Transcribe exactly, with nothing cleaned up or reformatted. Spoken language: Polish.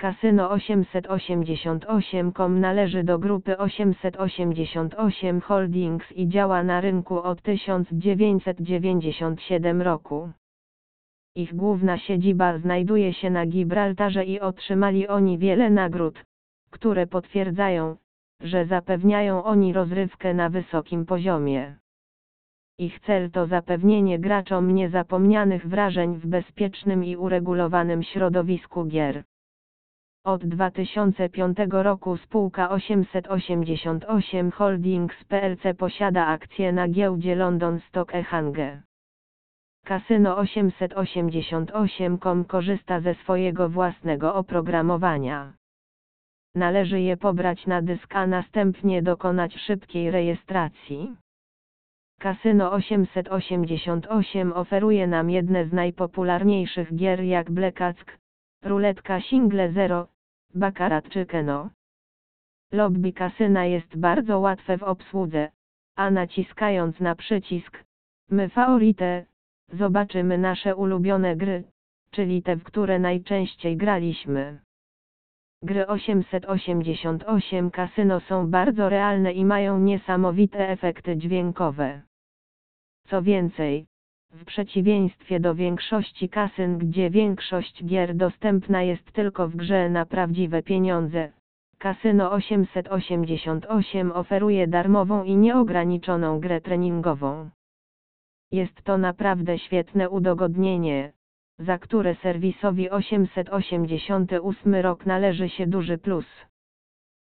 Kasyno osiemset osiemdziesiąt osiem kropka com należy do grupy osiemset osiemdziesiąt osiem Holdings i działa na rynku od tysiąc dziewięćset dziewięćdziesiątego siódmego roku. Ich główna siedziba znajduje się na Gibraltarze i otrzymali oni wiele nagród, które potwierdzają, że zapewniają oni rozrywkę na wysokim poziomie. Ich cel to zapewnienie graczom niezapomnianych wrażeń w bezpiecznym i uregulowanym środowisku gier. Od dwa tysiące piątego roku spółka osiemset osiemdziesiąt osiem Holdings P L C posiada akcje na giełdzie London Stock Exchange. Kasyno osiemset osiemdziesiąt osiem kropka com korzysta ze swojego własnego oprogramowania. Należy je pobrać na dysk, a następnie dokonać szybkiej rejestracji. Kasyno osiemset osiemdziesiąt osiem oferuje nam jedne z najpopularniejszych gier jak Blackjack, ruletka Single Zero, Baccarat czy Keno. Lobby kasyna jest bardzo łatwe w obsłudze, a naciskając na przycisk My Favorite, zobaczymy nasze ulubione gry, czyli te, w które najczęściej graliśmy. Gry osiemset osiemdziesiąt osiem kasyno są bardzo realne i mają niesamowite efekty dźwiękowe. Co więcej, w przeciwieństwie do większości kasyn, gdzie większość gier dostępna jest tylko w grze na prawdziwe pieniądze, Kasyno osiemset osiemdziesiąt osiem oferuje darmową i nieograniczoną grę treningową. Jest to naprawdę świetne udogodnienie, za które serwisowi osiemset osiemdziesiąty ósmy rok należy się duży plus.